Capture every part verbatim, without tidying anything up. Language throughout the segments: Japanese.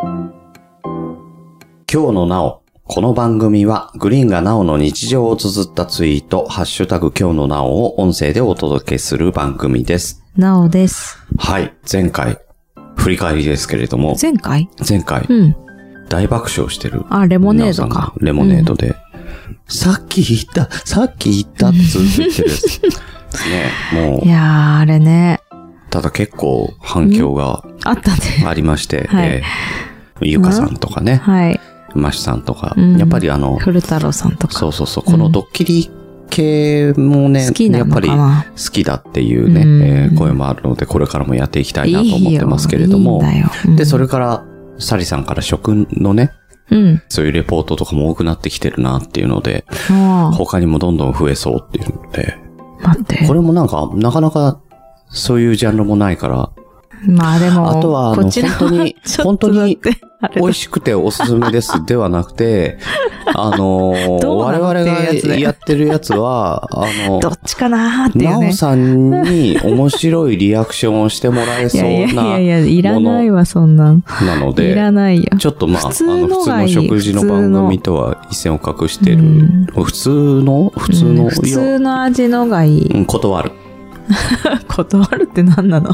今日のなお。この番組はグリーンがなおの日常を綴ったツイート、ハッシュタグ今日のなおを音声でお届けする番組です。 なおです。 はい、前回、振り返りですけれども。 前回前回、 うん。 大爆笑してる。 あ、レモネードか。 レモネードで、うん。さっき言った、さっき言ったってずっと言ってるやつ。ね、もう。 いやー、あれね。 ただ結構反響があったね。 ありまして、 はい、 えー、ゆかさんとかね。はい。マシさんとか、うん、やっぱりあの、 古太郎さんとか。 そうそうそう、このドッキリ系もね、 うん、 やっぱり好きだっていうね、うんえー、声もあるので、これからもやっていきたいなと思ってますけれども、 いいよいいんだよ、うん、 で、それから、サリさんから食のね、うん、そういうレポートとかも多くなってきてるなっていうので、他にもどんどん増えそうっていうので、 待って。 これもなんか、なかなかそういうジャンルもないから、 まあでも、 あとは、あの、本当に、本当に、美味しくておすすめですではなくて、あの、我々がやってるやつは、あの、 どっちかなーっていうね。 なおさんに面白いリアクションをしてもらえそうな。いやいやいや、いらないわ、そんな。 なので、 いらないよ。 ちょっとまあ、 普通のあの、普通の食事の番組とは一線を画してる。うん、普通の普通の、うん、 普通の味のがいい。 うん、断る。 断るって何なの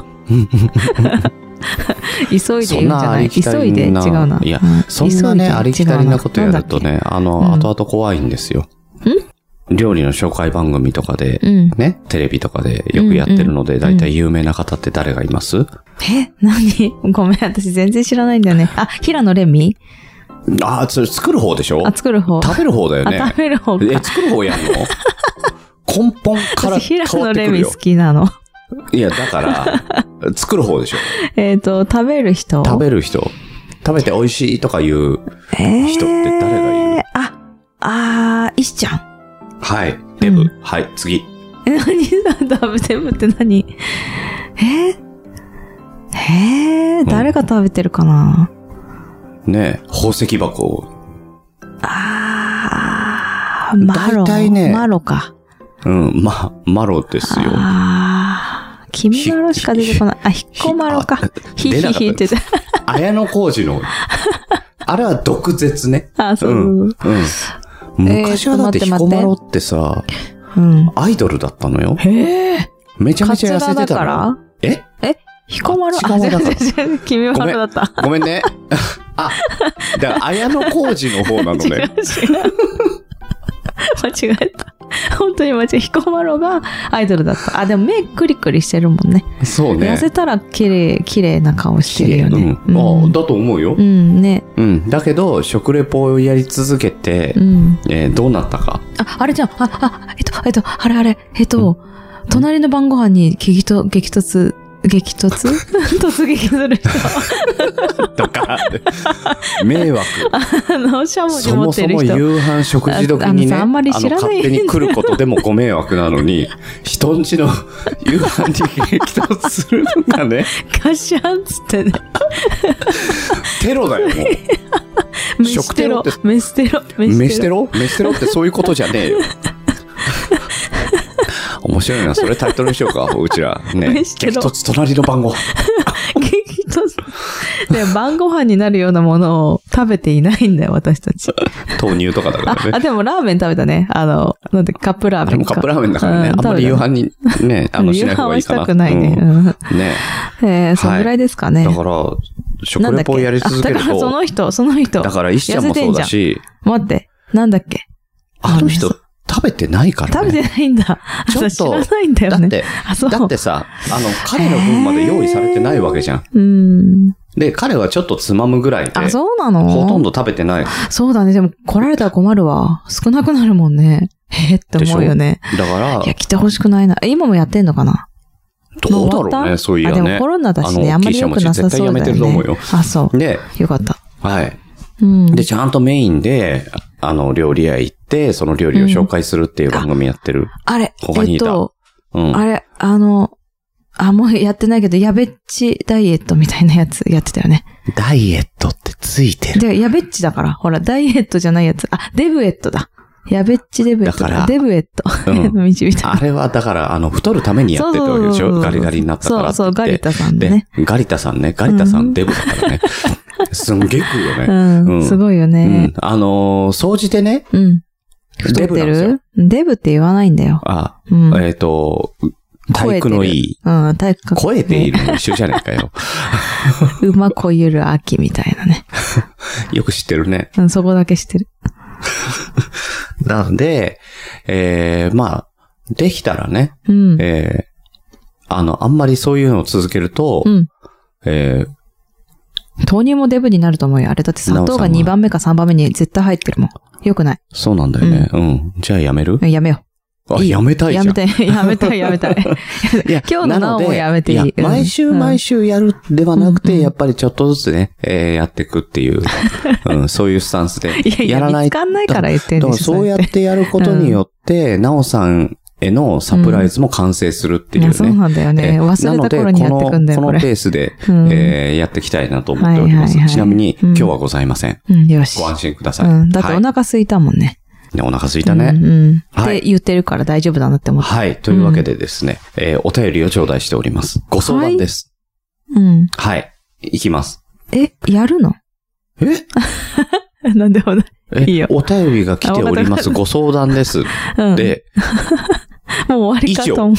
急いで言うんじゃない。急いで違うな。 いや、うん、そんなね、ありきたりなことやるとね、あの、うん、後々怖いんですよ。ん料理の紹介番組とかで、うん、ね、テレビとかでよくやってるので、だいたい有名な方って誰がいます？ え何ごめん、私全然知らないんだよね。あ、平野レミ？ ああ、それ作る方でしょ？ あ、作る方。 食べる方だよね。 あ、食べる方か。 え、作る方やんの？根本から変わってくるよ。 平野レミ好きなの。 いや、だから、作る方でしょ。 えっと、食べる人食べる人。食べて美味しいとか言う人って誰がいる、 えー、あ、あー、石ちゃん。 はい。デブ。うん、はい、次。 え、何なんだ、デブって何えー、えー、誰が食べてるかな、 うん、ねえ、宝石箱。 あー、マロ。 大体ね。 マロか。 うん、ま、マロですよ。 ああ、君マロしか出てこない。あ、ひっこマロか。ひひひって言って。 綾野浩二の、あれは毒舌ね。 あ、そう。うん。うん、 昔はだってひこまろってさ、 うん、 アイドルだったのよ。 へえ。 めちゃめちゃ痩せてたの。ええひこまろあ、違うだから。 君マロだった。 ごめんね。あ、だから綾野浩二の方なのね。違う違う。 間違えた。本当に間違え、ひこまろがアイドルだった。あ、でも目クリクリしてるもんね。 そうね。 痩せたら綺麗、綺麗な顔してるよね。 うん。あ、だと思うよ。 うんね。 うん。だけど、食レポをやり続けて、うん、えー、どうなったか。 あ、あれじゃん。あ、あ、えっと、えっと、あれあれ、えっと、うん、隣の晩ご飯に激突、激突、激突突撃する人とか迷惑あのしゃもじ持ってる人そもそも夕飯食事時にねあ, あ, あんまり知らないあの勝手に来ることでもご迷惑なのに人んちの夕飯に激突するのがねガシャンつってねテロだよもう食テロってメステロメステロメステロってそういうことじゃねえよ面白いな。それタイトルにしようか。うちら。ね。激突隣の晩ご飯。 激突。で、晩ご飯になるようなものを食べていないんだよ、私たち。 豆乳とかだからね。 あ、あでもラーメン食べたね。あの、なんでカップラーメンか。 カップラーメンだからね。うん、あんまり夕飯にね、あの、しない方がいいかな。 夕飯はしたくないね。うん、ね。 えー、そのぐらいですかね。 はい、だから、食レポをやり続けると。だからその人、その人。 だから、石ちゃんもそうだし。 待って、なんだっけ。 あの人、食べてないからね。食べてないんだ。ちょっと。知らないんだよね。 だって、あ、そう。だってさ、あの、彼の分まで用意されてないわけじゃん。 うん。 で、彼はちょっとつまむぐらいで。 あ、そうなの？ ほとんど食べてない。 そうだね。でも、来られたら困るわ。少なくなるもんね。へえって思うよね。 だから。 いや、来てほしくないな。今もやってんのかな？ どうだろうね、そういやね。 あ、でもコロナだしね、あんまり良くなさそうだよね。絶対やめてると思うよ。あ、そう。で、よかった。 はい。うん、で、ちゃんとメインで、あの、料理屋行って、その料理を紹介するっていう番組やってる。うん、 あ, あれ、 他にいた。 えっと、 うん、 あれ、あの、あ、もうやってないけど、やべっちダイエットみたいなやつやってたよね。 ダイエットってついてる。 で、やべっちだから、ほら、ダイエットじゃないやつ。あ、デブエットだ。 やべっちデブエット。だから、デブエット。うん、導いた。 あれはだから、あの、太るためにやってるわけでしょ。ガリガリになったからって。 そうそう、ガリタさんね。 で、ガリタさんね。ガリタさんデブだからね。すんげえ食うよね。 うん。うん、すごいよね。うん。 あのー、総じてね。 うん。太ってる？デブって言わないんだよ。 ああ。うん、えっ、ー、と、体育のいい。 うん、体育。 超えているの一緒じゃねえかよ。 馬こゆる秋みたいなね。 よく知ってるね。 うん、そこだけ知ってる。 なので、えー、まあ、できたらね、うん、えー、あの、あんまりそういうのを続けると、うん、えー、豆乳もデブになると思うよ。あれだって砂糖がにばんめかさんばんめに絶対入ってるもん。よくない。 そうなんだよね。うん。うん、じゃあやめる？ やめよう。 あ、やめたいじゃん。 やめたい、やめたい、やめたい。いや、今日のなおもやめていい。いや、毎週毎週やるではなくて、うん、やっぱりちょっとずつね、えー、やっていくっていう、うん、そういうスタンスで。やらない。 いやいや、見つかんないから言ってんですよ。 そうやってやることによって、なおさんへのサプライズも完成するっていうね。うん、 そうなんだよね。忘れた頃にやってくんだよ、 このペースで、うん、えー、やっていきたいなと思っております。はいはいはい、ちなみに、今日はございません。 うん、よし。 ご安心ください。 うん、だってお腹空いたもんね。はい、 ね、お腹空いたね。 うんうん。はい。って言ってるから大丈夫だなって思って。 はい。というわけでですね、うん、えー、お便りを頂戴しております。ご相談です。 はい、うん。 はい。いきます。 え、やるの？ えなんでもない。 え、 いいよ。 お便りが来ております。ご相談です。うん、で、 もう終わりかと思った。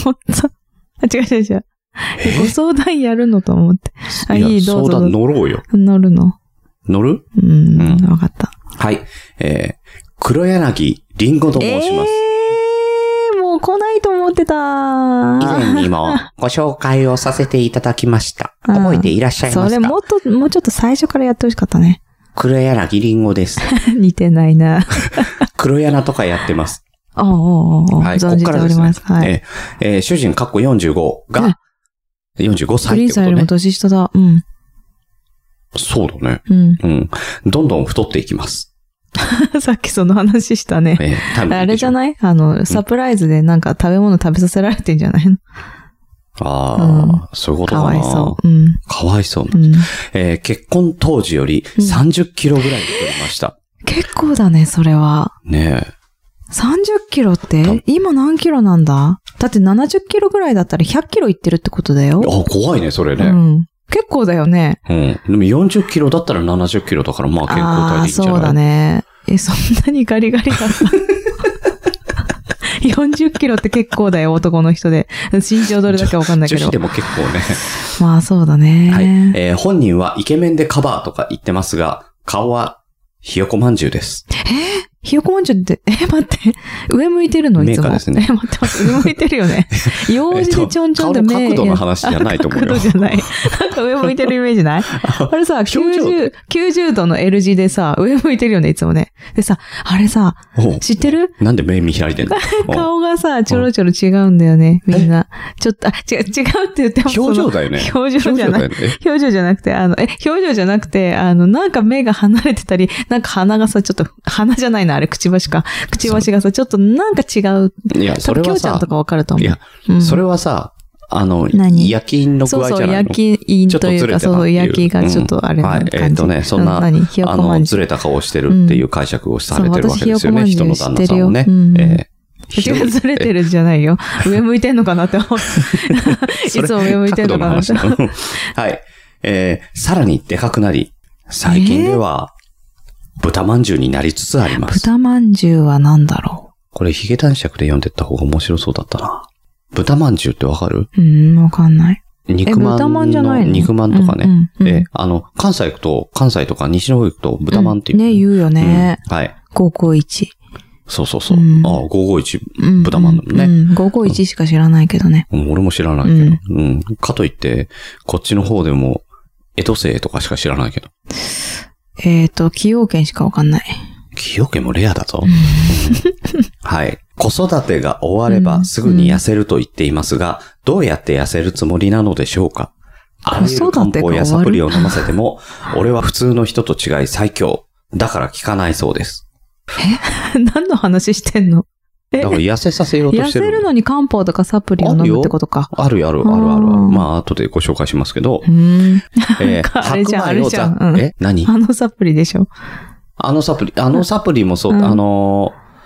あ、違う違う違う。ご相談やるのと思って。あ、いい、どうぞ。 相談乗ろうよ。 乗るの？ 乗る？ うん、うん、わかった。 はい。えー、黒柳りんごと申します。 えー、もう来ないと思ってた。 以前にもご紹介をさせていただきました。覚えていらっしゃいますか？ それもっと、もうちょっと最初からやってほしかったね。 黒柳りんごです。 似てないな。 黒柳とかやってます。 おうおうおう、はい、存じております。 ここからですね、はい。えーえー、主人、かっこよんじゅうごが、よんじゅうごさいってことね。グリーンさんよりも年下だ。うん。 そうだね。 うん。 うん。どんどん太っていきます。 さっきその話したね。えー、あれじゃない？あの、サプライズでなんか食べ物食べさせられてんじゃないの？ ああ、うん、そういうことかな。 かわいそう。うん。 かわいそうなんです、うん、えー、結婚当時よりさんじゅっキロぐらい太りました、 うん。結構だね、それは。 ねえ。 さんじゅっキロって今何キロなんだ？だってななじゅっキロぐらいだったらひゃっキロいってるってことだよ。 あ、怖いね、それね。 うん。結構だよね。 うん。でもよんじゅっキロだったらななじゅっキロだからまあ健康体でいいんじゃない？ああ、そうだね。え、そんなにガリガリだったよんじゅっキロって結構だよ、男の人で。身長どれだかわかんないけど。 女子でも結構ね。 まあそうだね。 はい。えー、本人はイケメンでカバーとか言ってますが、顔はひよこまんじゅうです。 えーひよこまんじゅうって、え、待って。上向いてるのいつも。 メーカーですね。 え、待って待って。上向いてるよね。用事でちょんちょんで目。 顔の角度の話じゃないと思うよ。 角度じゃない。なんか上向いてるイメージない？あれさ、きゅうじゅう、きゅうじゅうどの L 字でさ、上向いてるよね、いつもね。でさ、あれさ、知ってる？ なんで目見開いてんの？ 顔がさ、ちょろちょろ違うんだよね、みんな。ちょっと、あ、違う、違うって言っても。 表情だよね。 表情じゃない。表情じゃなくて、あの、え、表情じゃなくて、あの、なんか目が離れてたり、なんか鼻がさ、ちょっと、鼻じゃないな、あれ、くちばしか。くちばしがさ、ちょっとなんか違う。 いや、それはさ、 きょうちゃんとかわかると思う。 いや、うん、それはさ、あの、焼き印の具合じゃないの？そうそう、焼き印というか、そう、焼きがちょっとあれな感じ。 うん、はい、えっとね、そんな、あの、ずれた顔してるっていう解釈をされてるわけですよね、うん、人の旦那さんもね。うん、えー、口がずれてるんじゃないよ。上向いてんのかなって思って。いつも上向いてんのかなって。 はい。えー、さらにでかくなり、最近では、豚まんじゅうになりつつあります。 豚まんじゅうは何だろう？ これヒゲ男爵で読んでった方が面白そうだったな。豚まんじゅうってわかる？ うん、わかんない。 肉まんの。 豚まんじゃないの？ 肉まんとかね。うんうんうん、え、あの、関西行くと、関西とか西の方行くと豚まんっていう、 うん。ね、言うよね。 うん、はい。 ごーごーいち。 そうそうそう。うん、ああ、ごーごーいち豚まんだもんね。 うんうん、ごーごーいちしか知らないけどね。 うん、俺も知らないけど。うん。うん、かといって、こっちの方でも、江戸生とかしか知らないけど。 えっと、崎陽軒しかわかんない。 崎陽軒もレアだぞ。はい。子育てが終わればすぐに痩せると言っていますが、うん、どうやって痩せるつもりなのでしょうか？あらゆる漢方やサプリを飲ませても、俺は普通の人と違い最強。だから効かないそうです。 え何の話してんの？ だから痩せさせようとしてる。 痩せるのに漢方とかサプリを飲むってことか。 あるよ、あるあるあるある。まあ、後でご紹介しますけど。 うん。 えー、 あれじゃん、あれじゃん。 え何？ あのサプリでしょ。 あのサプリ、あのサプリもそう、うん、あのー、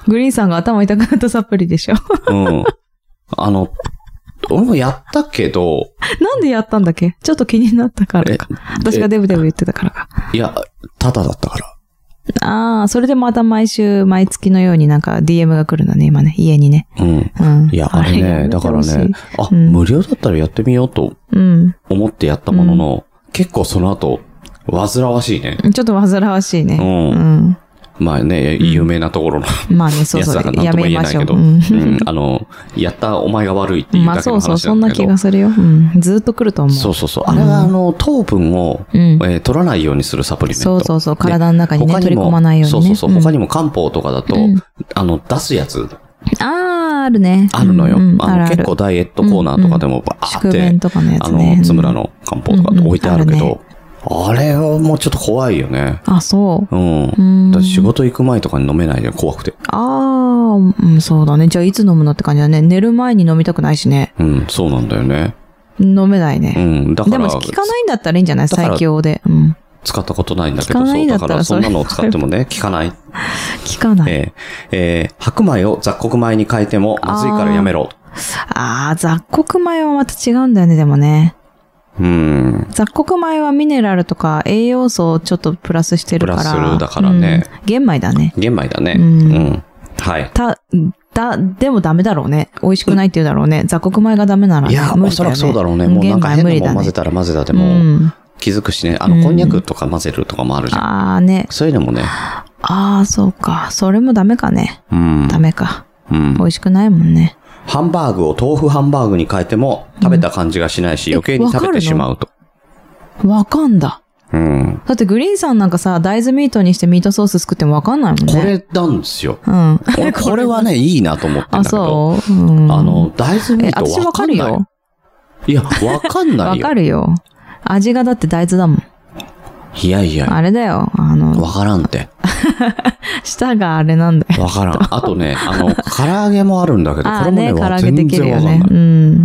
グリーンさんが頭痛くなったサプリでしょ。 うん。あの、俺もやったけど。 なんでやったんだっけ？ちょっと気になったからか。私がデブデブ言ってたからか。 いや、ただだったから。 ああ、それでまた毎週、毎月のようになんか ディーエム が来るのね、今ね、家にね。 うん。うん、いや、あれね、だからね、あ、うん、無料だったらやってみようと思ってやったものの、うん、結構その後、煩わしいね。 ちょっと煩わしいね。 うん。うんまあね、有名なところの、うん、まあね、そうそう、やつだから何とも言えないけど、うん、あの、やったお前が悪いっていうだけの話なんだけど。まあそうそう、 そんな気がするよ。うん、ずっと来ると思う。 そうそうそう。あれはあの、糖分を、うんえー、取らないようにするサプリメント。 そうそうそう、体の中にね、取り込まないようにね。 そうそうそう、他にも漢方とかだと、うん、あの、出すやつ。 ああ、あるね。 あるのよ。うんうん、あのあるある結構ダイエットコーナーとかでもバーって、うんうん、とかのやつね、あの、つむらの漢方とか置いてあるけど、うんうんあれはもうちょっと怖いよね。 あ、そう。 うん。うんだって仕事行く前とかに飲めないで怖くて。 ああ、うん、そうだね。じゃあいつ飲むのって感じだね。寝る前に飲みたくないしね。 うん、そうなんだよね。 飲めないね。 うん、だから。 でも効かないんだったらいいんじゃない最強で。うん。 使ったことないんだけど、そう。だからそんなのを使ってもね、効かない。効かない。 えー、えー、白米を雑穀米に変えてもまずいからやめろ。 ああ、雑穀米はまた違うんだよね、でもね。 うん、 雑穀米はミネラルとか栄養素をちょっとプラスしてるから。 プラスだからね。 うん、玄米だね。 玄米だね。うん。うん、はい。 た、だ、でもダメだろうね。美味しくないって言うだろうね。雑穀米がダメなら、ね。 いや、おそらくそうだろうね。もうなんか変なもん混ぜたら混ぜたでも、うん、気づくしね。あの、こんにゃくとか混ぜるとかもあるじゃん。 ああね。 そういうのもね。 ああ、そうか。それもダメかね。 うん。 ダメか。うん。美味しくないもんね。 ハンバーグを豆腐ハンバーグに変えても食べた感じがしないし、うん、余計に食べてしまうと。 わかんだ。 うん。 だってグリーンさんなんかさ、大豆ミートにしてミートソース作ってもわかんないもんね。 これなんですよ。 うん。 これはね、いいなと思ってんだけど。 あ、そう、うん、 あの、大豆ミートわかんない。私わかるよ。いや、わかんないよ。 わかるよ。味がだって大豆だもん。 いやいや。 あれだよ。あの。 わからんって。 舌があれなんだよ。 わからん。あとね、あの、唐揚げもあるんだけど、これもね、 唐揚げできるよね。うん。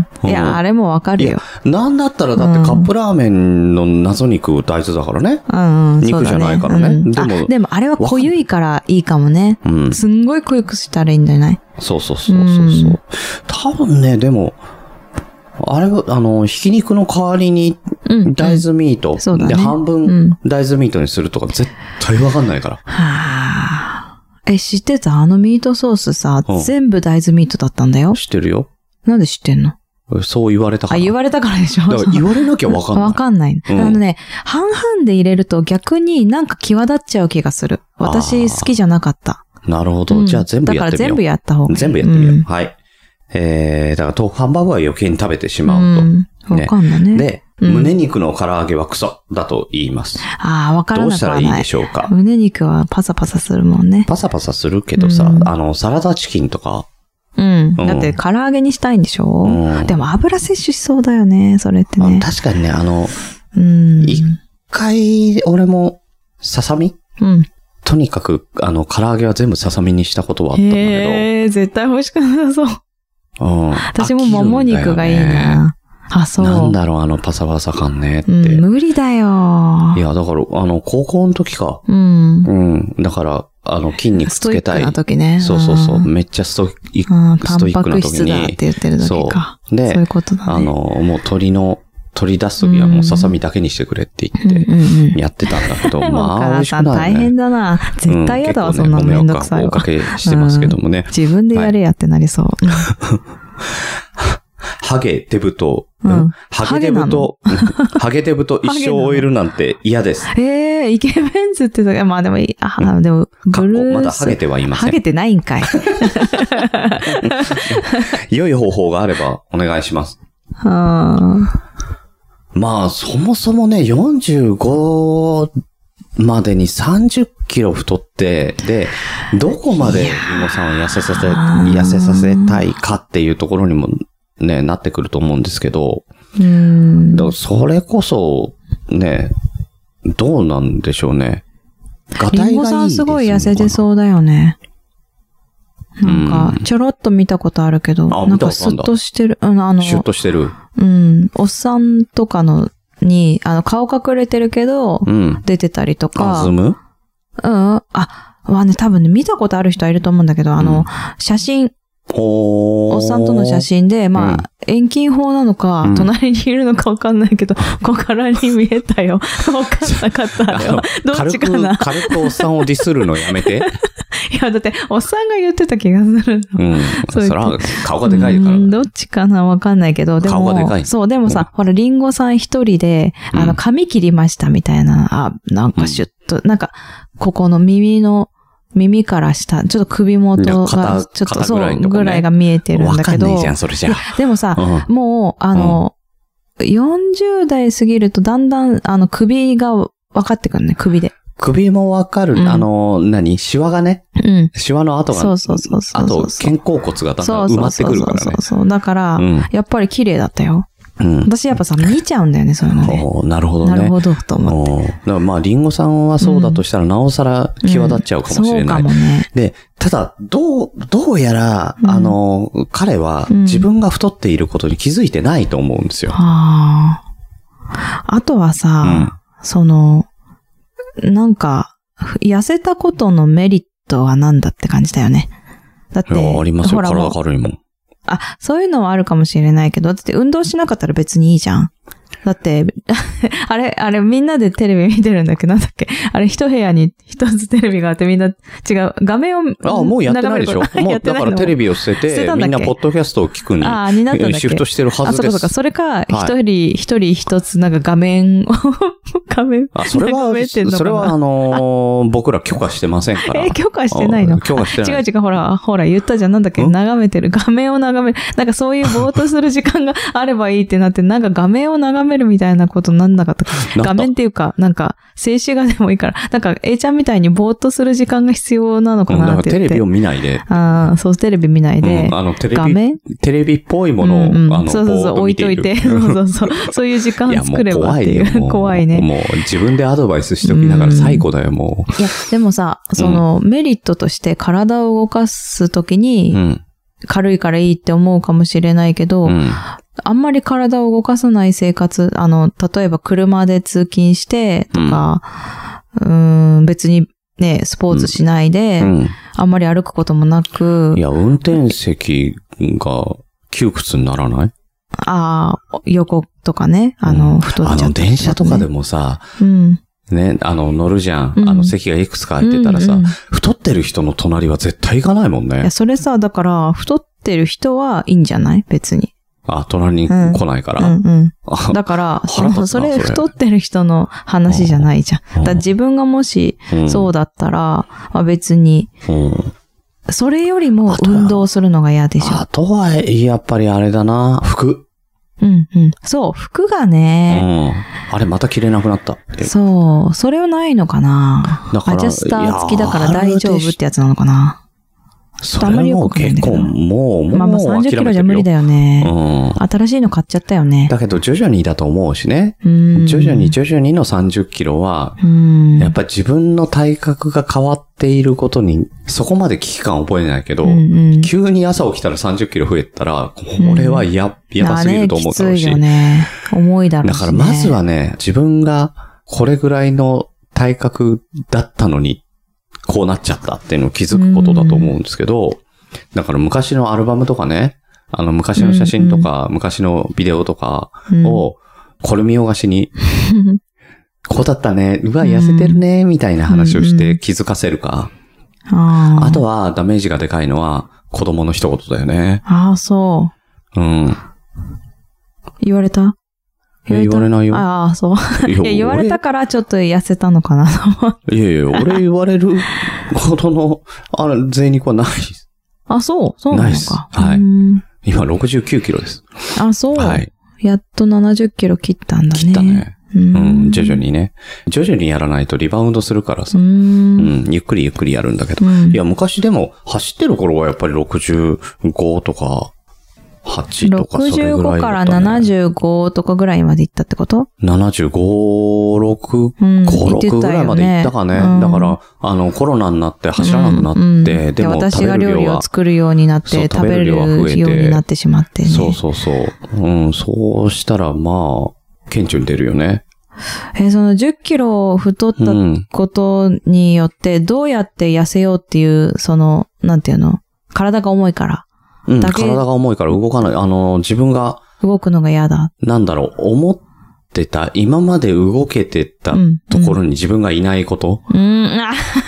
いや、あれもわかるよ。 なんだったらだってカップラーメンの謎肉大豆だからね。 うん。 肉じゃないからね。 でも、でもあれは濃ゆいからいいかもね。うん。すんごい濃ゆくしたらいいんじゃない？ そうそうそうそうそう。多分ね、でも、あれは、あの、ひき肉の代わりに大豆ミート、うんうん、で、ね、半分大豆ミートにするとか絶対わかんないから。 はぁ。え、知ってた？あのミートソースさ、うん、全部大豆ミートだったんだよ。 知ってるよ。 なんで知ってんの？ そう言われたから。 あ、言われたからでしょ？ だから言われなきゃわかんない。 わかんない。うん、あのね、半々で入れると逆になんか際立っちゃう気がする。私好きじゃなかった。 なるほど。うん、じゃあ全部やってみよう。だから全部やった方がいい。 全部やってみよう。うん、はい。えー、だから豆腐ハンバーグは余計に食べてしまうと。うん、 わかんないね。 で、うん、胸肉の唐揚げはクソだと言います。 ああ、わからなくはない。 どうしたらいいでしょうか。 胸肉はパサパサするもんね。 パサパサするけどさ、うん、あの、サラダチキンとか。 うん。だって唐揚げにしたいんでしょ、うん、でも油摂取しそうだよね、それってね。 確かにね、あの、 うん。 一回、俺も、ささみうん。 とにかく、あの、唐揚げは全部ささみにしたことはあったんだけど。 へー、絶対欲しくなさそう。 うん、 私ももも肉がいいな。あ、そう。 なんだろう、あのパサパサ感ねって。 うん、無理だよ。 いや、だから、あの、高校の時か。 うん。 うん。だから、あの、筋肉つけたい。ストイックな時ね。 そうそうそう。めっちゃストイック、ストイックな時に。タンパク質だって言ってる時か。そう。で、そういうことだね。あの、もう鶏の、取り出すときはもうささみだけにしてくれって言って、やってたんだけど、うんうんうん、まあ、美味しくないね。 大変だな。絶対嫌だわ、うんね、そんなのめんどくさいわ。 おかけしてますけどもね。 うん、自分でやれやってなりそう。はいハゲデブと、うん、ハゲデブと、ハゲデブと一生終えるなんて嫌です。 ええー、イケメンズってたまあでもいい、あ、うん、でも、ブルース。 まだハゲてはいません。 ハゲてないんかい。 良い方法があればお願いします。 はあ、 まあ、そもそもね、よんじゅうごまでにさんじゅっキロ太って、で、どこまでリモさんを痩せさせ、痩せさせたいかっていうところにもね、なってくると思うんですけど、 うん。 だからそれこそ、ね、どうなんでしょうね。 ガタイがいいですよ。リモさんすごい痩せてそうだよね。なんか、ちょろっと見たことあるけど、なんかスッとしてる、あの、 シュッとしてる。 うん。おっさんとかの、に、あの、顔隠れてるけど、うん、出てたりとか。 あ、ズーム？ うん。あ、 はね、多分ね、見たことある人はいると思うんだけど、あの、うん、写真、おっさんとの写真で、まあ、うん、遠近法なのか、うん、隣にいるのかわかんないけど、小柄に見えたよ。わかんなかった、あれは。どっちかな。 軽く、軽くおっさんをディスるのやめて。 いや、だって、おっさんが言ってた気がするの。 うん。それは、顔がでかいから。 うん、どっちかなわかんないけど、でも、顔がでかい。そう、でもさ、うん、ほら、リンゴさん一人で、あの、髪切りましたみたいな、あ、なんかシュッと、うん、なんか、ここの耳の、耳から下、ちょっと首元が、ちょっとそう、ぐらいが見えてるんだけど。わかんないじゃん、 それじゃ。 でもさ、うん、もう、あの、うん、よんじゅう代過ぎるとだんだん、あの、首が分かってくるね、首で。 首もわかる、うん、あの、何シワがね。うん。シワの跡が、 そうそうそうそう。 あと、肩甲骨がだんだん埋まってくるからね。 そうそうそうそう。だから、うん、やっぱり綺麗だったよ。うん、私やっぱさ、見ちゃうんだよね、そういうのね。 なるほどね。 なるほど、と思って。 だからまあ、リンゴさんはそうだとしたら、なおさら際立っちゃうかもしれない。 うんうん、そうかもね。 で、ただ、どう、どうやら、うん、あの、彼は自分が太っていることに気づいてないと思うんですよ。 うん、はあ。あとはさ、うん、その、なんか、痩せたことのメリットは何だって感じだよね。だって、 いや、ありますよ。体軽いもん。 あ、そういうのはあるかもしれないけど、だって運動しなかったら別にいいじゃん。だって、あれ、あれみんなでテレビ見てるんだっけなんだっけあれ一部屋に一つテレビがあってみんな違う画面をああ、もうやってないでしょもうだからテレビを捨てて、みんなポッドキャストを聞くに、ああ、になったんだっけシフトしてるはずです。あ、そうかそうか。 それか、一人、一人一つなんか画面を、画面、 あ、それは、それはあのー、僕ら許可してませんから。 え、許可してないの許可してない。 違う違う、ほら、ほら言ったじゃん。なんだっけ眺めてる。画面を眺める。なんかそういうぼーっとする時間があればいいってなって、なんか画面を眺めるみたいなことなんなかったか。画面っていうか、なんか、静止画でもいいから、なんか A ちゃんみたいにぼーっとする時間が必要なのかなって言って。 だからテレビを見ないで。 ああ、そう、テレビ見ないで。 うん、あの、テレビ、 画面テレビっぽいものを、 うんうん、 あの、 そうそうそう、置いといて。そうそうそう。そういう時間作ればっていう。いやもう怖いね。 怖いね。 もう自分でアドバイスしときながら最高だよ、もう。 いや、でもさ、その、うん、メリットとして体を動かすときに、うん、軽いからいいって思うかもしれないけど、うんあんまり体を動かさない生活、あの、例えば車で通勤してとか、うん、うーん別にね、スポーツしないで、うん、あんまり歩くこともなく。 いや、運転席が窮屈にならない？ ああ、横とかね、あの、うん、太っちゃった、ね。 あの、電車とかでもさ、うん、ね、あの、乗るじゃん。うん、あの、席がいくつか空いてたらさ、うんうん、太ってる人の隣は絶対行かないもんね。 いや、それさ、だから、太ってる人はいいんじゃない別に。 あ、隣に来ないから。 うんうんうん、だから、そ, それ太ってる人の話じゃないじゃん。だから自分がもしそうだったら、まあ、別に、それよりも運動するのが嫌でしょ。 あとは、やっぱりあれだな、服。 うんうん。そう、服がね、 うん。あれまた着れなくなった。 そう、それはないのかな。だからアジャスター付きだから大丈夫ってやつなのかな。 それも結構もう、もう、 まあまあさんじゅっキロじゃ無理だよね。うん。新しいの買っちゃったよね。 だけど徐々にだと思うしね。うん。徐々に徐々にのさんじゅっキロは、うん。やっぱ自分の体格が変わっていることに、そこまで危機感を覚えないけど、うんうん、急に朝起きたらさんじゅっキロ増えたら、これはや、やばすぎると思うだろうし。 きついよね。重いだろうし、ね。 だからまずはね、自分がこれぐらいの体格だったのに、こうなっちゃったっていうのを気づくことだと思うんですけど、うん、だから昔のアルバムとかね、あの昔の写真とか、うんうん、昔のビデオとかを、これ見よがしに、うん、こうだったね、うわ、痩せてるね、みたいな話をして気づかせるか。うんうん、あ, あとはダメージがでかいのは子供の一言だよね。 ああ、そう。うん。言われた言われた言われないよ。 ああ、そう。いや、言われたからちょっと痩せたのかなと思って。 いやいや、俺言われるほどの、あれ、贅肉はない。 あ、そうそうなのか。ないです。 はい。今ろくじゅうきゅうキロです。 あ、そう。はい。やっとななじゅっキロ切ったんだね。 切ったね。うん、うん、徐々にね。徐々にやらないとリバウンドするからさ。うん、うん、ゆっくりゆっくりやるんだけど。うん、いや、昔でも走ってる頃はやっぱりろくじゅうごとか、はちとかそれぐらいだったね。ろくじゅうごからななじゅうごとかぐらいまで行ったってこと ? ななじゅうご、ろく、ご、ろくぐらいまで行ったかね。うん、だから、あの、コロナになって走らなくなって、うんうん、でも私が料理を作るようになって、食べるようになってしまってね。 そうそうそう。うん、そうしたら、まあ、顕著に出るよね。 えー、そのじゅっキロ太ったことによって、どうやって痩せようっていう、その、なんていうの？体が重いから。 うん、体が重いから動かない。あの、自分が。 動くのが嫌だ。 なんだろう、思ってた、今まで動けてたところに自分がいないこと。うん、うん、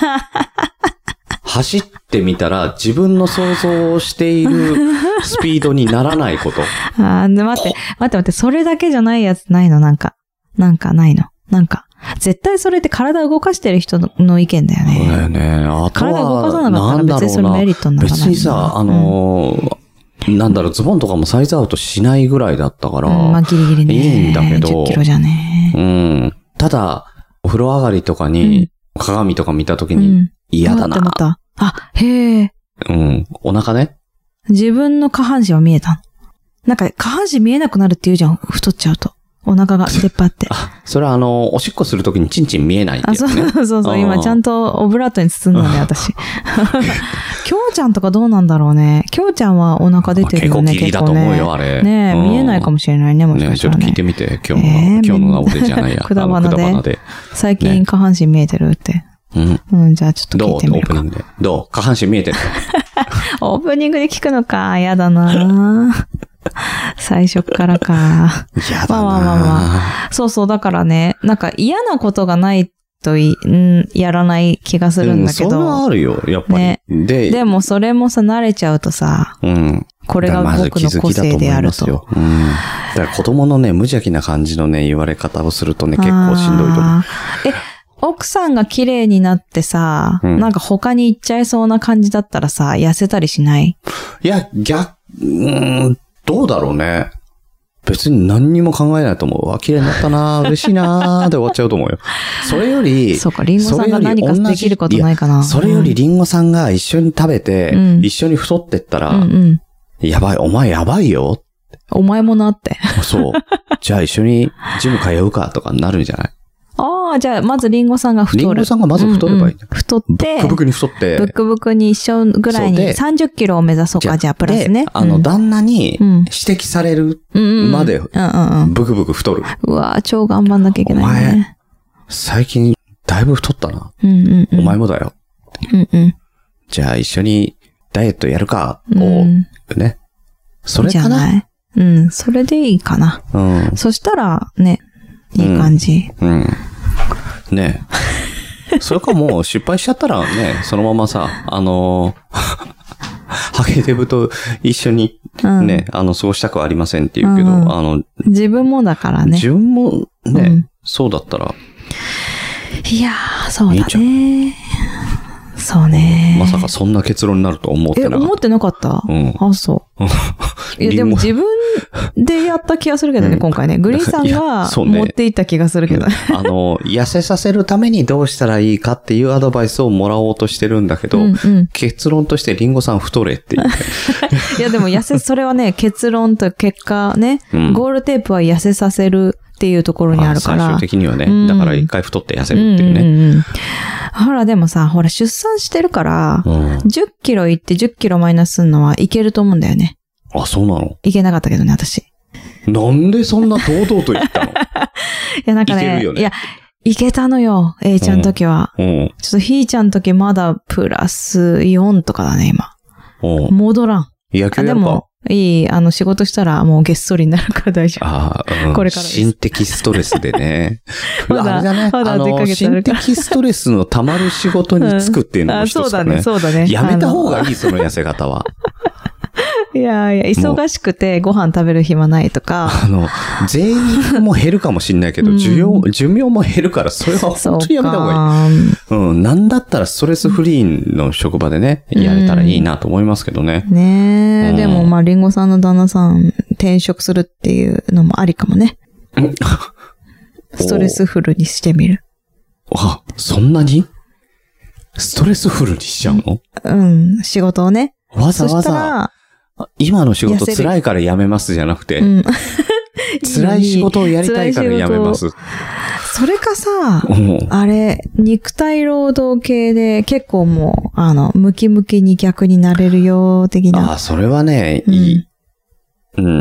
走ってみたら自分の想像をしているスピードにならないこと。 ああ、で、待って、待って待って、それだけじゃないやつないの？なんか。なんかないの？なんか。絶対それって体動かしてる人の意見だよね。 そうだよね。あとは体動かさなかったら別にそれメリットにならない。 別にさ、あのー、うん、なんだろう、ズボンとかもサイズアウトしないぐらいだったから。うん、 まあギリギリね。 いいんだけど。 じゅっキロじゃね。 うん。ただ、お風呂上がりとかに、うん、鏡とか見たときに、嫌だな。 思った。あ、へえ。 うん。お腹ね。 自分の下半身は見えたの。なんか下半身見えなくなるって言うじゃん。太っちゃうと。お腹が出っ張って。 あ、それはあの、おしっこするときにチンチン見えないんだよね。 あ、そうそうそう。今ちゃんとオブラートに包んだね、私。きょうちゃんとかどうなんだろうね。きょうちゃんはお腹出てるよね、 結構。結構ギリだと思うよ、あれ。 ねえ、見えないかもしれないね、もしかしたらね。 ね、ちょっと聞いてみて、今日の、えー、今日の直でじゃないや。 くだばなで。最近下半身見えてるって。うん。うん、じゃあちょっと聞いてみるか。 どうオープニングで。どう下半身見えてるオープニングで聞くのか。やだな最初からか。 やだなまあまあまあまあ。そうそう、だからね、なんか嫌なことがないとい、んやらない気がするんだけど。 うん、それはあるよ、やっぱり。 ね、で、でもそれもさ、慣れちゃうとさ、うん。これが僕の個性であると。 とうん。だから子供のね、無邪気な感じのね、言われ方をするとね、結構しんどいと思う。 え、奥さんが綺麗になってさ、うん、なんか他に行っちゃいそうな感じだったらさ、痩せたりしない？ いや、逆、うーん、どうだろうね。別に何にも考えないと思うわ。綺麗になったな嬉しいなーで終わっちゃうと思うよ。それより、 そうか、リンゴさんが何かできることないかな。 それよりリンゴさんが一緒に食べて、うん、一緒に太ってったら、うんうん、やばい、お前やばいよ。 お前もなって。 そう。じゃあ一緒にジム通うかとかなるんじゃない？ ああ、じゃあ、まずリンゴさんが太る。 リンゴさんがまず太ればいい、うんうん。 太って、 ブックブクに太って。 ブックブクに一緒ぐらいにさんじゅっキロを目指そうか、じゃあ、プラスね。 あの、旦那に指摘されるまで、ブクブク太る。 うわぁ、超頑張んなきゃいけないね。お前、 最近、だいぶ太ったな。 うんうんうん、 お前もだよ。 うんうん、 じゃあ、一緒にダイエットやるか、を、うん、ね。それかな？じゃない？ うん、それでいいかな。うん。そしたら、ね、いい感じ。 うん。うんねえ。それかもう失敗しちゃったらね、そのままさ、あのー、ハゲデブと一緒にね、うん、あの、過ごしたくはありませんって言うけど、うんうん、あの、 自分もだからね。 自分もね、うん、そうだったら。いやー、そうだね。いいじゃん。そうね。 まさかそんな結論になると思ってなかった。 え、思ってなかった？うん。あ、そう。いや、でも自分でやった気がするけどね、うん、今回ね。グリーンさんが持っていった気がするけど。ね、 あの、痩せさせるためにどうしたらいいかっていうアドバイスをもらおうとしてるんだけど、うんうん、結論としてリンゴさん太れっていう、ね。 いや、でも痩せ、それはね、結論と結果ね、うん、ゴールテープは痩せさせるっていうところにあるから。 最終的にはね、うん、だから一回太って痩せるっていうね。うんうんうん、 ほら、でもさ、ほら、出産してるから、うん、じゅっキロいってじゅっキロマイナスするのはいけると思うんだよね。 あ、そうなの？ いけなかったけどね、私。 なんでそんな堂々と言ったの？いや、なんかね、いけるよね。いや、いけたのよ、A ちゃんの時は。うんうん、ちょっとひーちゃんの時まだプラスよんとかだね、今。うん、戻らん。 野球やるか？でも、 いい、あの、仕事したらもうげっそりになるから大丈夫。ああ、うん、これからです。 心的ストレスでね。 まだ、あれだね、 まだあの、心的ストレスの溜まる仕事に就くっていうのも一つだね。 そうだね、そうだね。 やめた方がいい、その痩せ方は。 いやいや、忙しくてご飯食べる暇ないとか。 あの、税金も減るかもしんないけど、需要、寿命も減るから、それは本当にやめた方がいい。う, うん。なんだったらストレスフリーの職場でね、やれたらいいなと思いますけどね。 ねえ、うん、でもまあ、リンゴさんの旦那さん、転職するっていうのもありかもね。ストレスフルにしてみる。 あ、そんなにストレスフルにしちゃうの？ うん、仕事をね。 わざわざ、今の仕事辛いから辞めますじゃなくて、うん、辛い仕事をやりたいから辞めます。 それかさ、あれ、肉体労働系で結構もう、あの、ムキムキに逆になれるよ、的な。 ああ、それはね、いい。うん。うん。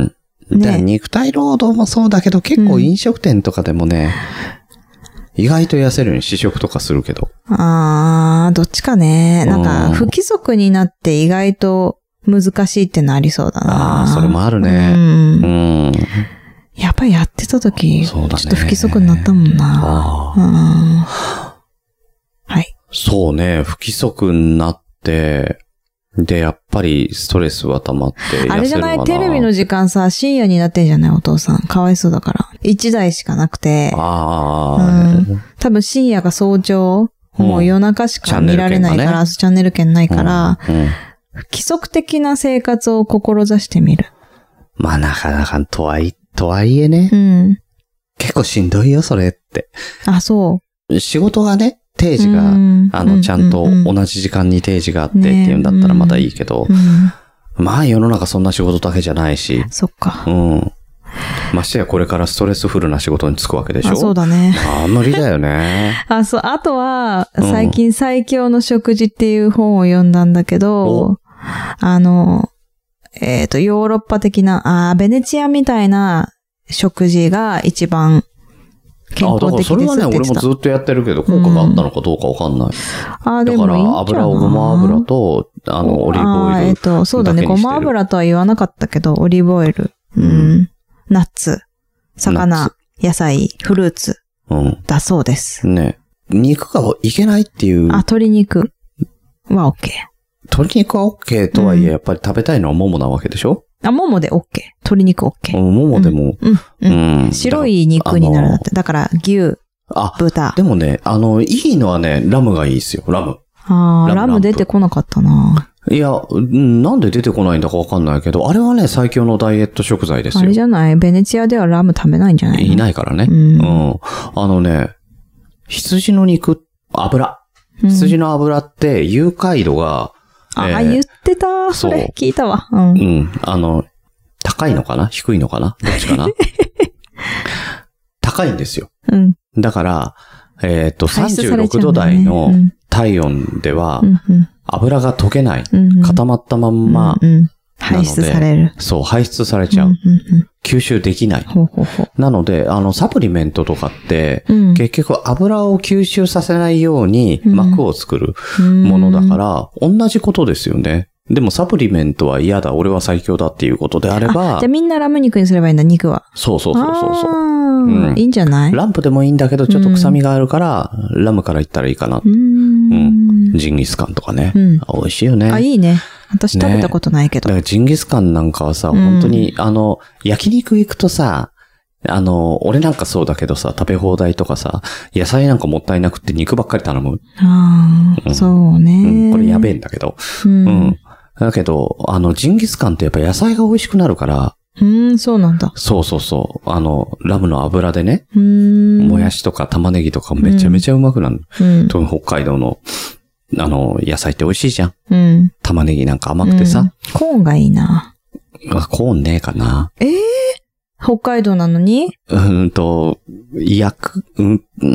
ね、肉体労働もそうだけど、結構飲食店とかでもね、うん、意外と痩せるように試食とかするけど。 あー、どっちかね。なんか、不規則になって意外と難しいってのありそうだな。 あー、それもあるね。うん。うん、 やっぱりやってた時、そうだね、ちょっと不規則になったもんな。あうん、はい。 そうね、不規則になって、で、やっぱりストレスは溜まって痩せるわな。 あれじゃないテレビの時間さ、深夜になってんじゃないお父さん。かわいそうだから。一台しかなくて。 ああ、 うん。多分深夜か早朝、うん、もう夜中しか見られないから、チャンネル権ないから、うんうん、規則的な生活を志してみる。 まあなかなか、とはい、とはいえね。うん。結構しんどいよ、それって。 あ、そう。 仕事がね、定時が、あの、ちゃんと同じ時間に定時があってっていうんだったらまだいいけど、ねうん、まあ世の中そんな仕事だけじゃないし。 そっか。 うん。ましてやこれからストレスフルな仕事に就くわけでしょ。 あ、そうだね。 あ、無理だよね。 あ、そう、あとは、最近最強の食事っていう本を読んだんだけど、うん、あの、えっと、ヨーロッパ的な、あ、ベネチアみたいな食事が一番、健康的ですって言ってた。あ、だからそれはね、俺もずっとやってるけど、効果があったのかどうかわかんない。うん、あ、でもいいんじゃない？だから油をごま油と、あの、オリーブオイル。あ、えっと、そうだね、ごま油とは言わなかったけど、オリーブオイル。うん。うん、ナッツ、魚、野菜、フルーツ。うん。だそうです。 ね。肉がいけないっていう。 あ、鶏肉は OK。 鶏肉は OK とはいえ、やっぱり食べたいのはももなわけでしょ？ あ、ももで OK。鶏肉 OK。 ももでも、 うん。うん。うん、白い肉になるんだって。だから、牛、 あ、 豚。 でもね、あの、いいのはね、ラムがいいですよ、ラム。 ああ、ラム出てこなかったな。 いや、なんで出てこないんだかわかんないけど、あれはね、最強のダイエット食材ですよ。 あれじゃない？ベネチアではラム食べないんじゃないの？ いないからね。うん。うん。あのね、羊の肉、油。羊の油って誘拐度が、 うん、えー、あ、言ってた。それ聞いたわ。うん。 うん。あの、高いのかな？低いのかな？どっちかな？高いんですよ。うん。だから、えっと、さんじゅうろくど台の体温では、油が溶けない。固まったまんま。 排出される。 そう、排出されちゃう。吸収できない。なので、あの、サプリメントとかって、結局油を吸収させないように膜を作るものだから、同じことですよね。でもサプリメントは嫌だ、俺は最強だっていうことであれば。 あ、じゃあみんなラム肉にすればいいんだ、肉は。 そうそうそうそうそう。 うん、いいんじゃない？ ランプでもいいんだけど、ちょっと臭みがあるから、うん、ラムからいったらいいかな。うん。うん。ジンギスカンとかね。うん。美味しいよね。 あ、いいね。私食べたことないけど。 ね、だからジンギスカンなんかはさ、本当に、うん、あの、焼肉行くとさ、あの、俺なんかそうだけどさ、食べ放題とかさ、野菜なんかもったいなくて肉ばっかり頼む。 ああ、うん、そうね、 うん。これやべえんだけど。うん。うん、だけど、あの、ジンギスカンってやっぱ野菜が美味しくなるから、 うん、そうなんだ。 そうそうそう。あの、ラムの油でね、うん、もやしとか玉ねぎとかめちゃめちゃうまくなる。うん、特に北海道の、あの、野菜って美味しいじゃん。うん、玉ねぎなんか甘くてさ。うん、 コーンがいいな。 コーンねえかな。 ええー、北海道なのにうんと、焼く、うん、うん、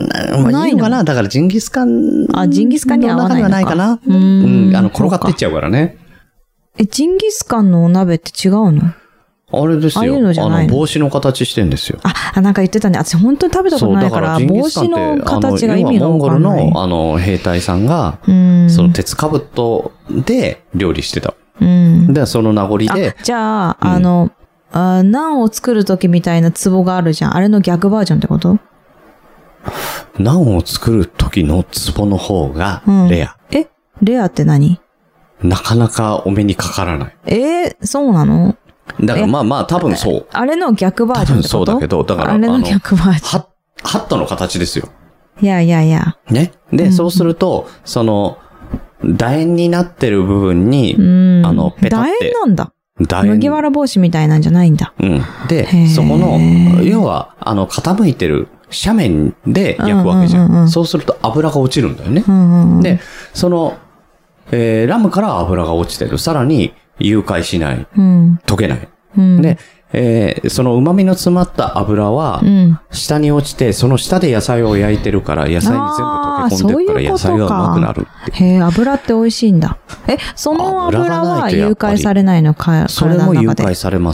まあいいのかな。だからジンギスカン。 あ、ジンギスカンに合わないのか。 の中にはないかな。うん、うん、あの、転がっていっちゃうからね。 え、ジンギスカンのお鍋って違うの？ あれですよ。ああいうのじゃないの？あの、帽子の形してんですよ。 あ、なんか言ってたね。私本当に食べたことないから、帽子の形が意味がわかんない。 モンゴルの、あの、兵隊さんが、その鉄兜で料理してた。うん、で、その名残で。 じゃあ、うん、あの、あ、ナンを作るときみたいな壺があるじゃん。あれの逆バージョンってこと？ ナンを作るときの壺の方がレア。 うん、え、レアって何？ なかなかお目にかからない。 えー、そうなの？ だからまあまあ多分そう。 あれの逆バージョンってこと？ 多分そうだけど、だからあれの逆バージョン。 ハッ、ハットの形ですよ。 いやいやいや。 ね。で、うん、そうすると、その、楕円になってる部分に、 うん、 あの、ペタって。 楕円なんだ。楕円。麦わら帽子みたいなんじゃないんだ。 うん。で、そこの、要は、あの、傾いてる斜面で焼くわけじゃん。うんうんうん、そうすると油が落ちるんだよね。うんうんうん、で、その、えー、ラムから油が落ちてる。さらに、融解しない。うん、溶けない。うん、で、えー、その旨味の詰まった油は、下に落ちて、その下で野菜を焼いてるから、野菜に全部溶け込んでるから、野菜がうまくなるって。 へえ、油って美味しいんだ。え、その油は誘拐されないのか、 それも誘拐されません。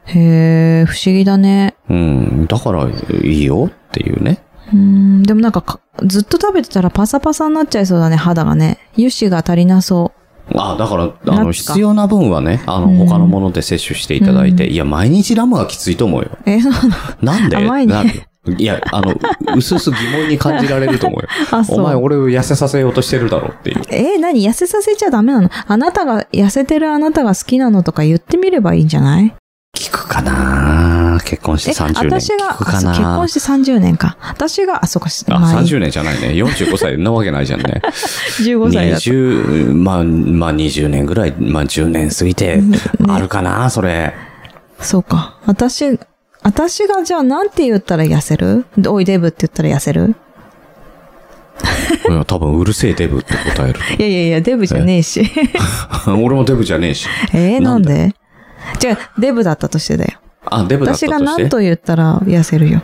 へえ、不思議だね。 うん。だからいいよっていうね。 うん。でもなんか、ずっと食べてたらパサパサになっちゃいそうだね、肌がね。油脂が足りなそう。 あ、だから、あの、必要な分はね、あの、他のもので摂取していただいて、うん、いや、毎日ラムはきついと思うよ。 え、そうなのなんで甘いね。 いや、あの、うすうす疑問に感じられると思うよ。あ、そう。お前、俺を痩せさせようとしてるだろうっていう。 えー、何痩せさせちゃダメなの？あなたが、痩せてるあなたが好きなのとか言ってみればいいんじゃない？ 聞くかな結婚してさんじゅうねん。 私が、 聞くかな結婚してさんじゅうねんか。私が、あ、そうか、 あ、さんじゅうねんじゃないね。よんじゅうごさいなわけないじゃんね。 じゅうごさいだと。にじゅう、まあ、まあにじゅうねんぐらい、まあじゅうねん過ぎて、あるかな、ね、それ。 そうか。私、私がじゃあなんて言ったら痩せる？おいデブって言ったら痩せる？ いや、多分うるせえデブって答える。 いやいやいや、デブじゃねえし。 俺もデブじゃねえし。 えー、なんで？じゃあ、デブだったとしてだよ。 あ、デブだったとして。 私が何と言ったら痩せるよ。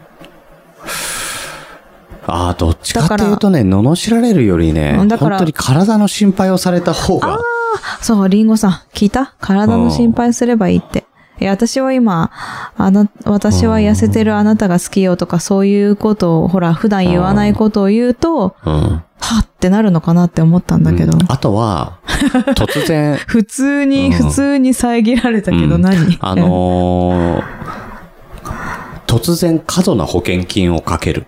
ああ、どっちかっていうとね、罵られるよりね、本当に体の心配をされた方が。ああ、そう、リンゴさん、聞いた？体の心配すればいいって。いや、私は今、あな、私は痩せてるあなたが好きよとかそういうことを、ほら、普段言わないことを言うと、うん、はってなるのかなって思ったんだけど。うん、 あとは、突然。 普通に、うん、普通に遮られたけど何、うん、 あのー、突然過度な保険金をかける。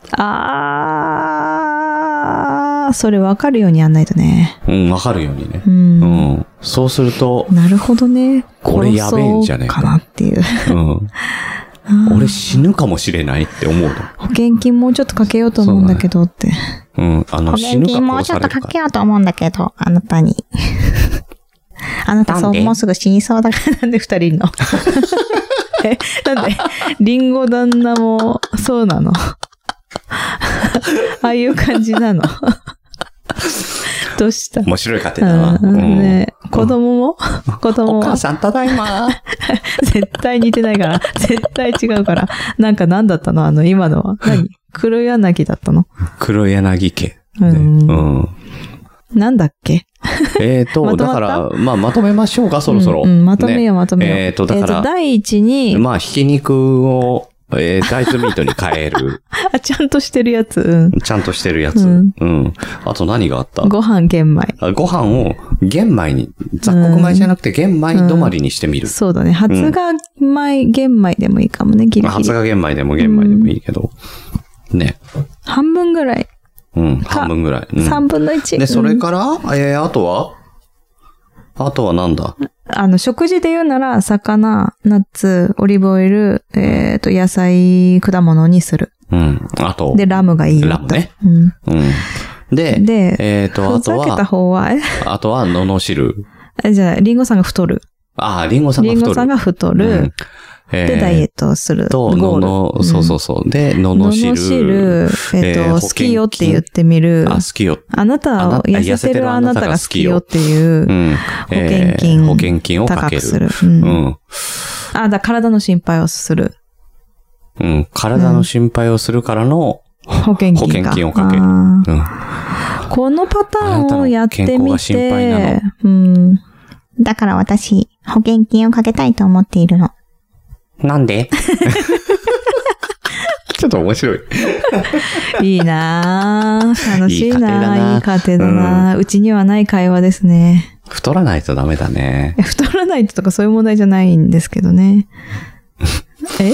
あー、それ分かるようにやんないとね。 うん、分かるようにね。うん。うん、そうすると。 なるほどね。 これやべえんじゃねえか。 かなっていう。うん。 俺死ぬかもしれないって思うの。 保険金もうちょっとかけようと思うんだけどって。 うね、うん。あの、死ぬかもうちょっとかけようと思うんだけど、あなたに。あなたそう、もうすぐ死にそうだからなんで二人いるのえ、なんで、リンゴ旦那も、そうなのああいう感じなのどうした？ 面白い家庭だな。 うんね、子供も、うん、子供も。 お母さんただいま絶対似てないから。絶対違うから。なんか何だったのあの、今のは。何？黒柳だったの？ 黒柳家。 うん。うん、なんだっけえっと、まだから、まあ、まとめましょうか、そろそろ。 うんうん、まとめよう、ね、まとめよう。 えっと、だから、えー、 第一に、 まあ、ひき肉を、えー、大豆ミートに変える。 あ、ちゃんとしてるやつ。うん。 ちゃんとしてるやつ。うん。うん、あと何があった？ ご飯玄米。 ご飯を玄米に、雑穀米じゃなくて玄米止まりにしてみる。うん、 そうだね。発芽米、玄米でもいいかもね、ギリギリ。 発芽玄米でも玄米でもいいけど。うん、ね。 半分ぐらい。 うん、半分ぐらい。うん、 さんぶんのいち。 で、それから、うん、えー、あとはあとはなんだ？ あの、食事で言うなら、魚、ナッツ、オリーブオイル、えっと、野菜、果物にする。 うん。あと。 で、ラムがいいよ。 ラムね。 うん。 うん。で、 で、 えっと、あとは、 ふざけた方は、 あとは、のの汁。 じゃあ、リンゴさんが太る。 ああ、リンゴさんが太る。 リンゴさんが太る。うんえー、で、ダイエットをする。 と、のの、そうそうそう。で、のの汁。 のの汁。えっと、えー、好きよって言ってみる。 あ、好きよ。 あなたを、痩せてるあなたが好きよっていう、うん、保険金。 保険金をかける。 高くする。うん。うん、あ、だ、体の心配をする。 うん。体の心配をするからの、 保険金か。 保険金をかける。うん。 このパターンをやってみて、心配なの。うん。だから私、保険金をかけたいと思っているの。 なんでちょっと面白い。 いいなぁ。楽しいなぁ。いい家庭だなぁ。うちにはない会話ですね。 太らないとダメだね。 太らないとかそういう問題じゃないんですけどね。え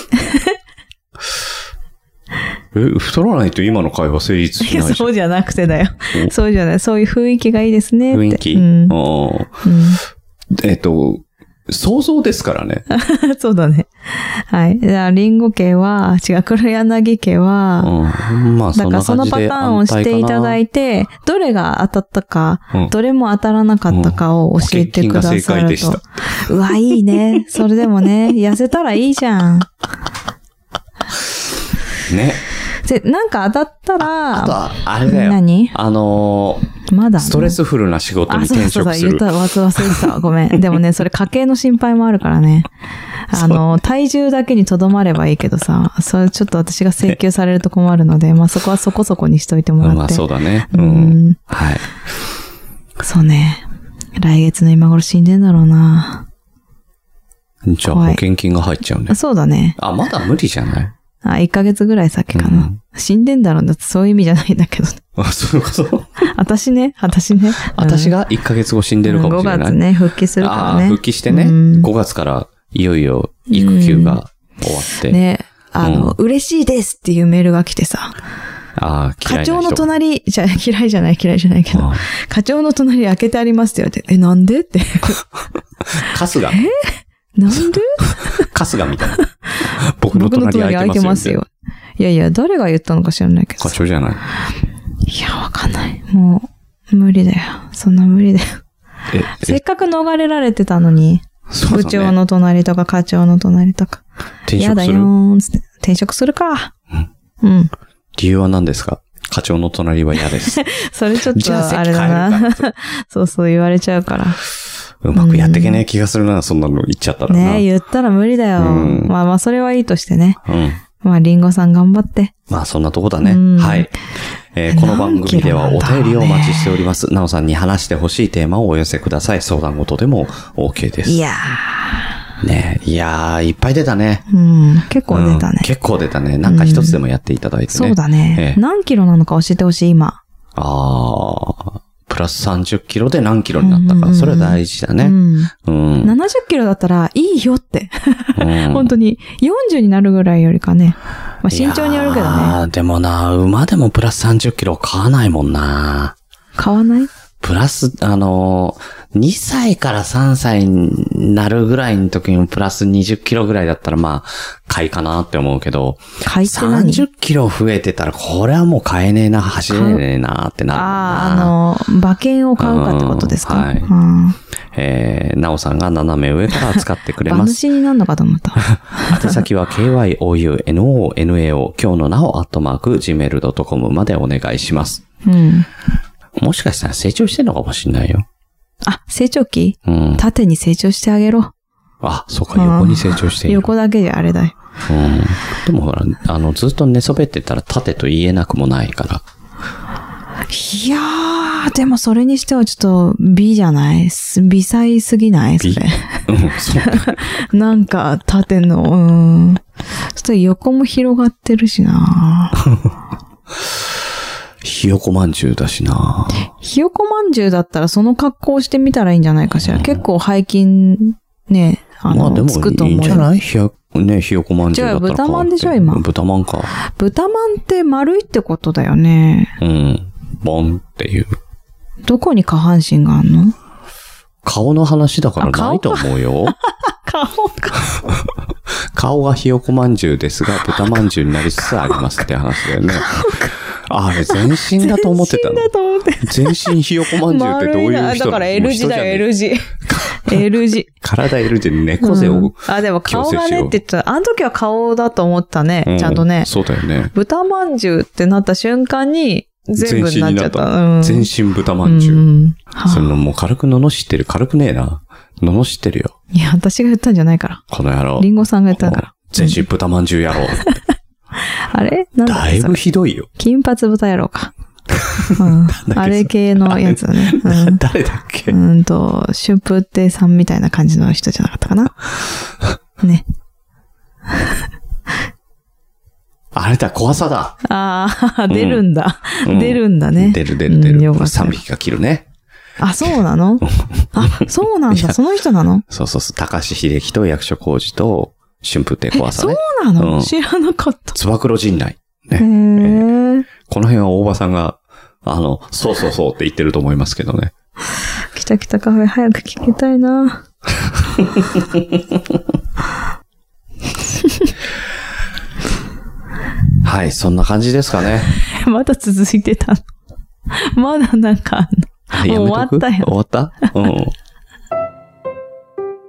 え、太らないと今の会話成立しないじゃん。 そうじゃなくてだよ。そうじゃない。そういう雰囲気がいいですねって。 雰囲気、うん、うん、えっと、想像ですからね。 そうだね。はい。じゃあ、リンゴ家は、違う、黒柳家は、うん、まあ、だからそのパターンをしていただいて、どれが当たったか、うん、どれも当たらなかったかを教えてくださると。うん、正解でした。うわ、いいね。それでもね、痩せたらいいじゃん。 ね。 で、なんか当たったら、 あとは、あれだよ。 何？ あのー、 まだストレスフルな仕事に転職する。あ、そうそうそう、 言った、忘れてた。ごめん。でもね、それ家計の心配もあるからね。あの、体重だけにとどまればいいけどさ、それちょっと私が請求されると困るので、まあそこはそこそこにしといてもらって。 まあそうだね。 うん。うん、 はい。 そうね。来月の今頃死んでんだろうな。 じゃあ保険金が入っちゃうね。 そうだね。 あ、まだ無理じゃない？ あ、いっかげつぐらい先かな。うん、死んでんだろうだってそういう意味じゃないんだけど。 あ、そういうこと私ね、私ね。 私がいっかげつご死んでるかもしれない。 ごがつね、復帰するからね。 あ、復帰してね、うん、ごがつからいよいよ育休が終わって。 ね、あの、うん、嬉しいですっていうメールが来てさ。 ああ、嫌いな人。 課長の隣、じゃ嫌いじゃない嫌いじゃないけど、課長の隣開けてありますって言われて、え、なんでって。 春日。 えなんで春日みたいな。僕の隣開いてますよ。 いやいや、誰が言ったのか知らないけど。 課長じゃない。 いや、わかんない。もう、無理だよ。そんな無理だよ。せっかく逃れられてたのに。そうね、部長の隣とか課長の隣とか。 転職する？やだよーんつって。転職するか。うん。うん。 理由は何ですか？課長の隣は嫌です。 それちょっとあれだな。そうそう言われちゃうから。 うまくやっていけねえ気がするな、うん、そんなの言っちゃったらな。 ねえ、言ったら無理だよ。うん、まあまあ、それはいいとしてね。うん。まあ、リンゴさん頑張って。 まあ、そんなとこだね。うん、はい。えー、この番組ではお便りをお待ちしております。なおさんに話してほしいテーマをお寄せください。相談事でも OK です。 いやー。ねえ、いやー、いっぱい出たね。 うん、結構出たね。 うん、結構出たね。なんか一つでもやっていただいてね。 うん、そうだね、えー。何キロなのか教えてほしい、今。 あー。プラスさんじゅっキロで何キロになったか。それは大事だね。うんうん、ななじゅっキロだったらいいよって。うん、本当によんじゅうになるぐらいよりかね。まあ、慎重にやるけどね。 ああ、でもな、馬でもプラスさんじゅっキロ買わないもんな。 買わない？ プラス、あの、にさいからさんさいになるぐらいの時にプラスにじゅっキロぐらいだったらまあ、買いかなって思うけど、 買いって何？ さんじゅっキロ増えてたらこれはもう買えねえな、走れねえなってなるもんな。 ああ、あの、馬券を買うかってことですか？ はい。うん、えー、なおさんが斜め上から使ってくれます。馬主になるのかと思った。 宛先は ケーワイオーユーエヌオーエヌエーオー 今日のなおアットマーク ジーメールドットコム までお願いします。うん。もしかしたら成長してんのかもしれないよ。 あ、成長期？ うん。 縦に成長してあげろ。 あ、そうか、横に成長してる。 横だけじゃあれだよ。 うん。でもほら、あの、ずっと寝そべってたら縦と言えなくもないから。 いやー、でもそれにしてはちょっと美じゃない？美細すぎない？それ。うん、そう。なんか縦の、うん。ちょっと横も広がってるしなひよこまんじゅうだしな。 ひよこまんじゅうだったらその格好をしてみたらいいんじゃないかしら。うん、結構背筋ね、あの、まあでもつくと思う。 いいんじゃない？ひよ、ね、ひよこまんじゅうだったら。 じゃあ豚まんでしょ今。 豚まんか。 豚まんって丸いってことだよね。 うん。ボンっていう。 どこに下半身があんの？ 顔の話だからないと思うよ。 顔か。 顔がひよこまんじゅうですが、豚まんじゅうになりつつありますって話だよね。あれ、全身だと思ってたの。全身だと思って。全身ひよこまんじゅうってどういう人なの？ だから L 字だよ、L 字。L 字。 体 L 字に猫背を、うん。 あ、でも顔がねって言ったら、あの時は顔だと思ったね、うん。ちゃんとね。 そうだよね。 豚まんじゅうってなった瞬間に、全部になっちゃった。 うん、全身豚まんじゅう。うん、それのもう軽く罵ってる。軽くねえな。罵ってるよ。 いや、私が言ったんじゃないから。 この野郎。 リンゴさんが言ったから。 全身豚まんじゅう野郎。 あれなんだっけ？ だいぶひどいよ。 金髪豚野郎か。うん、あれ系のやつだね。 うん、誰だっけ？ うんと、春風亭さんみたいな感じの人じゃなかったかな。ね。 あれだ、怖さだ。 ああ、出るんだ、うん。出るんだね。 出る出る出る。うん、さんびきが切るね。 あ、そうなの？あ、そうなんだ。その人なの？ そうそうそう。高橋秀樹と役所広司と春風亭怖さね。 そうなの、うん、知らなかった。 つば九郎陣内。ね。へー。 この辺は大場さんが、あの、そうそうそうって言ってると思いますけどね。 きたきたカフェ早く聞きたいな。 はい、そんな感じですかね。 まだ続いてたの？まだなんかあんの？もう終わったよ。 終わった？うん。